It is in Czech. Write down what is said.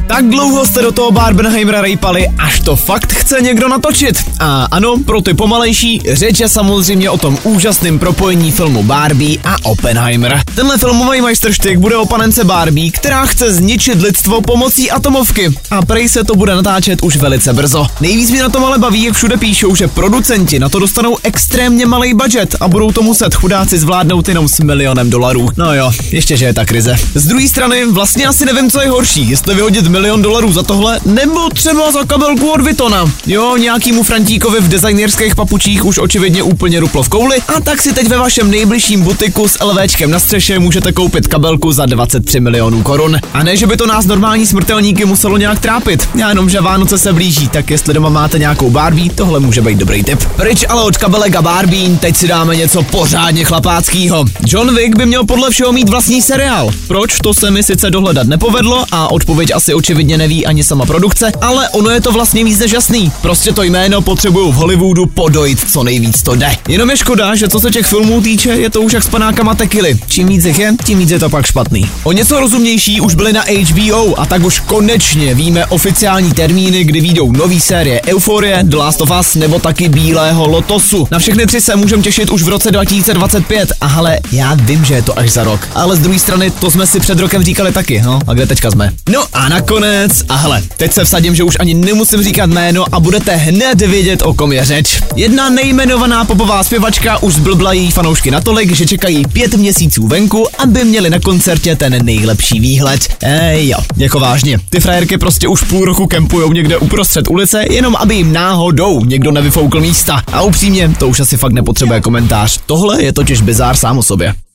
Tak dlouho jste do toho Barbenheimera rejpali, až to fakt chce někdo natočit. A ano, pro ty pomalejší, řeč je samozřejmě o tom úžasném propojení filmu Barbie a Oppenheimer. Tenhle filmový majstrštyk bude o panence Barbie, která chce zničit lidstvo pomocí atomovky. A prej se to bude natáčet už velice brzo. Nejvíc mě na tom ale baví, jak všude píšou, že producenti na to dostanou extrémně malý budget a budou to muset chudáci zvládnout jenom s $1 milion. No jo, ještě že je ta krize. Z druhé strany vlastně asi nevím, co je horší, jestli vyhodit $1 milion za tohle, nebo třeba za kabelku od Vuittona. Jo, nějakýmu Frantíkovi v designerských papučích už očividně úplně ruplo v kouli, a tak si teď ve vašem nejbližším butiku s LVčkem na střeše můžete koupit kabelku za 23 milionů korun. A ne, že by to nás normální smrtelníky muselo nějak trápit. Já jenom, že Vánoce se blíží, tak jestli doma máte nějakou Barbie, tohle může být dobrý tip. Pryč ale od kabelek a Barbie, teď si dáme něco pořádně chlapáckýho. John Wick by měl podle všeho mít vlastní seriál. Proč, to se mi sice dohledat nepovedlo a odpověď asi očividně neví ani sama produkce, ale ono je to vlastně víc než jasný. Prostě to jméno potřebuju v Hollywoodu podojit co nejvíc to jde. Jenom je škoda, že co se těch filmů týče, je to už jak s panákama tekily. Čím víc jich je, tím víc je to pak špatný. O něco rozumnější už byly na HBO a tak už konečně víme oficiální termíny, kdy vyjdou nový série Euforie, The Last of Us nebo taky Bílého lotosu. Na všechny tři se můžeme těšit už v roce 2025 a hele, já vím, že je to až za rok, ale z druhé strany to jsme si před rokem říkali taky, no a kde teďka jsme? No a nakonec, a hele, teď se vsadím, že už ani nemusím říkat jméno a budete hned vědět, o kom je řeč. Jedna nejmenovaná popová zpěvačka už zblbla její fanoušky natolik, že čekají 5 měsíců venku, aby měli na koncertě ten nejlepší výhled. Jo, jako vážně, ty frajerky prostě už půl roku kempujou někde uprostřed ulice, jenom aby jim náhodou někdo nevyfoukl místa. A upřímně, to už asi fakt nepotřebuje komentář. Tohle je totiž bizár sám o sobě.